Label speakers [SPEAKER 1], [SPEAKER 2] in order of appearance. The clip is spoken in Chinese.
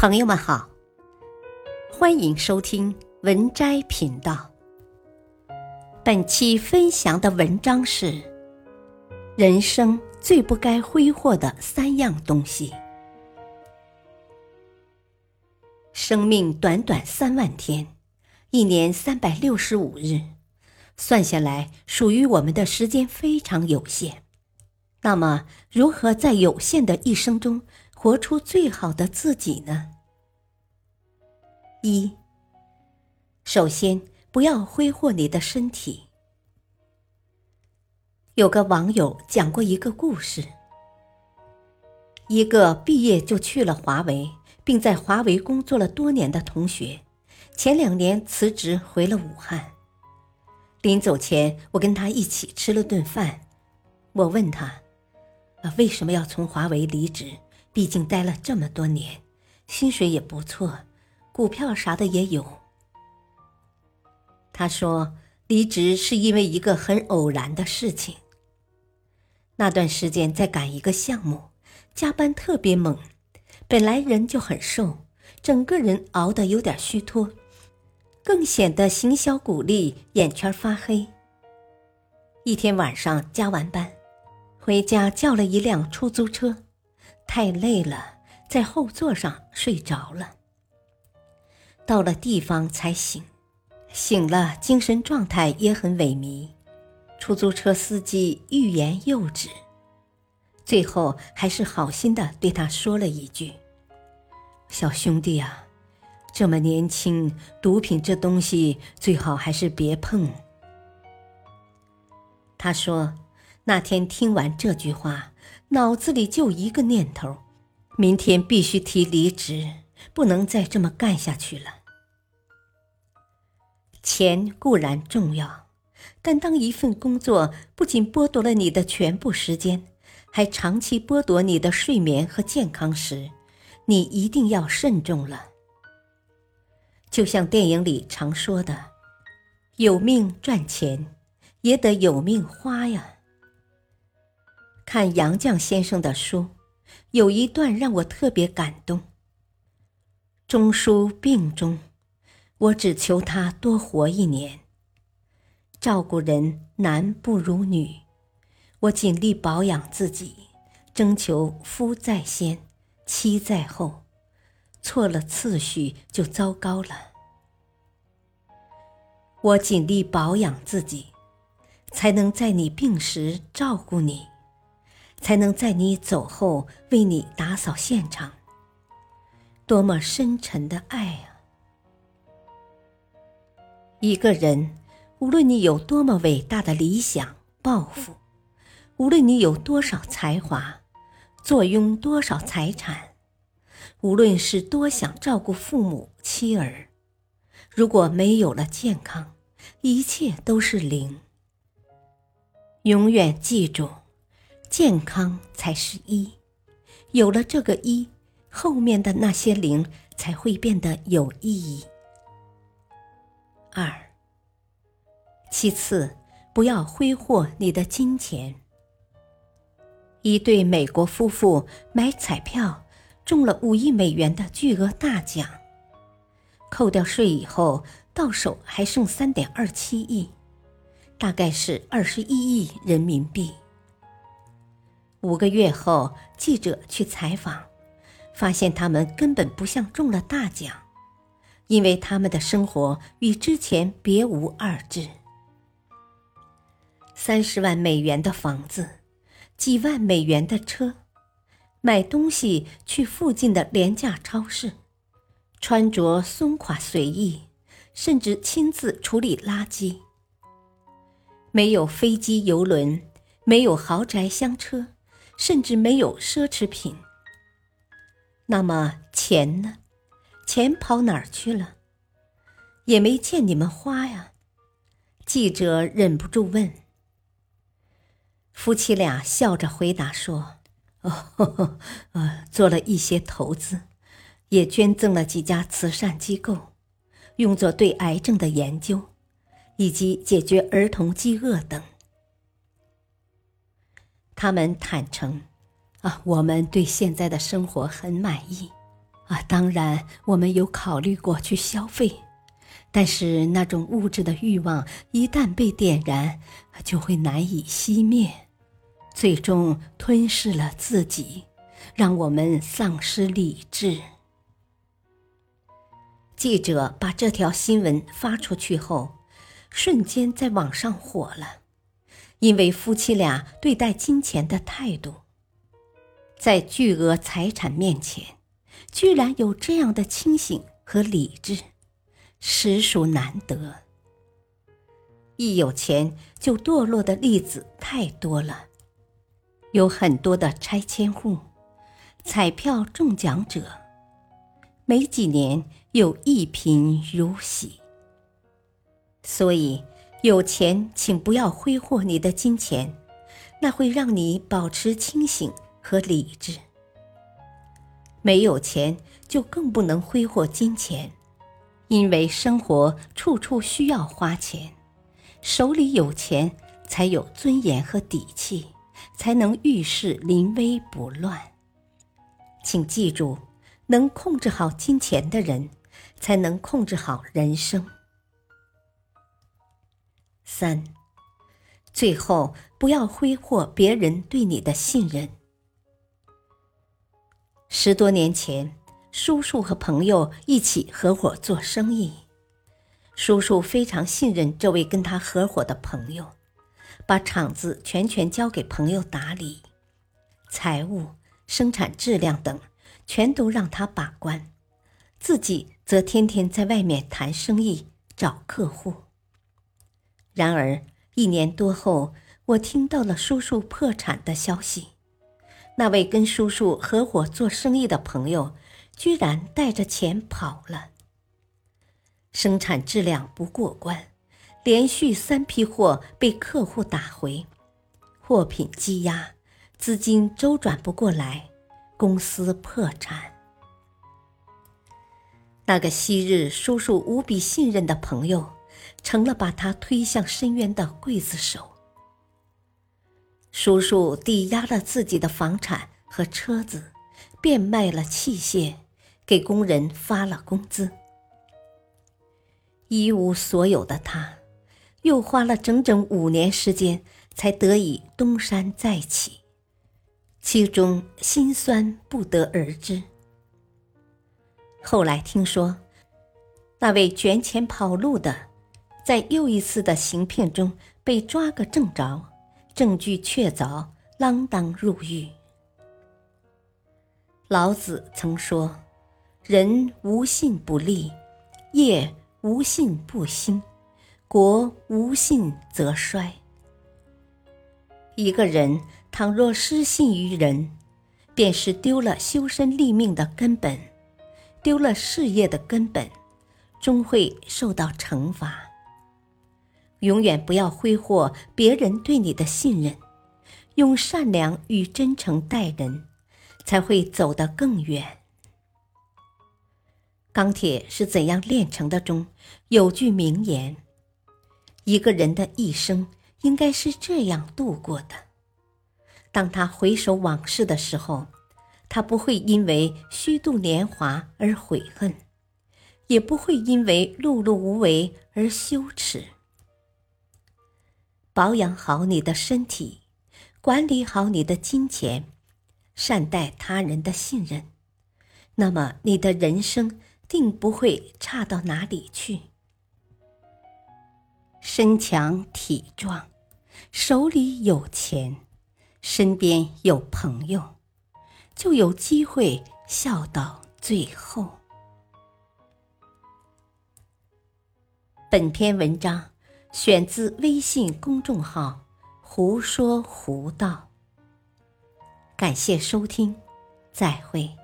[SPEAKER 1] 朋友们好，欢迎收听文摘频道。本期分享的文章是人生最不该挥霍的3样东西。生命短短3万天，1年365日，算下来属于我们的时间非常有限。那么如何在有限的一生中活出最好的自己呢？1. 首先，不要挥霍你的身体。有个网友讲过一个故事，一个毕业就去了华为，并在华为工作了多年的同学，前2年辞职回了武汉。临走前，我跟他一起吃了顿饭。我问他，为什么要从华为离职？毕竟待了这么多年，薪水也不错，股票啥的也有。他说，离职是因为一个很偶然的事情。那段时间在赶一个项目，加班特别猛，本来人就很瘦，整个人熬得有点虚脱，更显得形销骨立，眼圈发黑。一天晚上加完班，回家叫了一辆出租车，太累了，在后座上睡着了。到了地方才醒，醒了精神状态也很萎靡，出租车司机欲言又止，最后还是好心地对他说了一句，小兄弟啊，这么年轻，毒品这东西最好还是别碰。他说，那天听完这句话，脑子里就一个念头，明天必须提离职，不能再这么干下去了。钱固然重要，但当一份工作不仅剥夺了你的全部时间，还长期剥夺你的睡眠和健康时，你一定要慎重了。就像电影里常说的，有命赚钱，也得有命花呀。看杨绛先生的书，有一段让我特别感动。中书病中，我只求他多活1年。照顾人男不如女，我尽力保养自己，征求夫在先，妻在后，错了次序就糟糕了。我尽力保养自己，才能在你病时照顾你，才能在你走后为你打扫现场。多么深沉的爱啊！一个人，无论你有多么伟大的理想抱负，无论你有多少才华，坐拥多少财产，无论是多想照顾父母妻儿，如果没有了健康，一切都是0。永远记住，健康才是1，有了这个1，后面的那些0才会变得有意义。2. 其次，不要挥霍你的金钱。一对美国夫妇买彩票中了5亿美元的巨额大奖，扣掉税以后，到手还剩3.27亿，大概是21亿人民币。5个月后，记者去采访，发现他们根本不像中了大奖，因为他们的生活与之前别无二致。30万美元的房子，几万美元的车，买东西去附近的廉价超市，穿着松垮随意，甚至亲自处理垃圾。没有飞机邮轮，没有豪宅香车，甚至没有奢侈品。那么钱呢？钱跑哪儿去了？也没见你们花呀。记者忍不住问。夫妻俩笑着回答说，做了一些投资，也捐赠了几家慈善机构，用作对癌症的研究，以及解决儿童饥饿等。他们坦诚，我们对现在的生活很满意， 当然我们有考虑过去消费，但是那种物质的欲望一旦被点燃，就会难以熄灭，最终吞噬了自己，让我们丧失理智。记者把这条新闻发出去后，瞬间在网上火了，因为夫妻俩对待金钱的态度。在巨额财产面前，居然有这样的清醒和理智，实属难得。一有钱就堕落的例子太多了，有很多的拆迁户、彩票中奖者，没几年又一贫如洗。所以有钱请不要挥霍你的金钱，那会让你保持清醒和理智。没有钱就更不能挥霍金钱，因为生活处处需要花钱，手里有钱才有尊严和底气，才能遇事临危不乱。请记住，能控制好金钱的人，才能控制好人生。3. 最后，不要挥霍别人对你的信任。10多年前，叔叔和朋友一起合伙做生意。叔叔非常信任这位跟他合伙的朋友，把厂子全权交给朋友打理，财务、生产质量等全都让他把关，自己则天天在外面谈生意、找客户。然而1年多后，我听到了叔叔破产的消息。那位跟叔叔合伙做生意的朋友居然带着钱跑了。生产质量不过关，连续3批货被客户打回，货品积压，资金周转不过来，公司破产。那个昔日叔叔无比信任的朋友，成了把他推向深渊的刽子手。叔叔抵押了自己的房产和车子，变卖了器械，给工人发了工资。一无所有的他，又花了整整5年时间，才得以东山再起，其中辛酸不得而知。后来听说，那位卷钱跑路的，在又一次的行骗中被抓个正着，证据确凿，锒铛入狱。老子曾说，人无信不立，业无信不兴，国无信则衰。一个人倘若失信于人，便是丢了修身立命的根本，丢了事业的根本，终会受到惩罚。永远不要挥霍别人对你的信任，用善良与真诚待人，才会走得更远。钢铁是怎样炼成的中有句名言，一个人的一生应该是这样度过的。当他回首往事的时候，他不会因为虚度年华而悔恨，也不会因为碌碌无为而羞耻。保养好你的身体，管理好你的金钱，善待他人的信任，那么你的人生定不会差到哪里去。身强体壮，手里有钱，身边有朋友，就有机会笑到最后。本篇文章选自微信公众号胡说胡道，感谢收听，再会。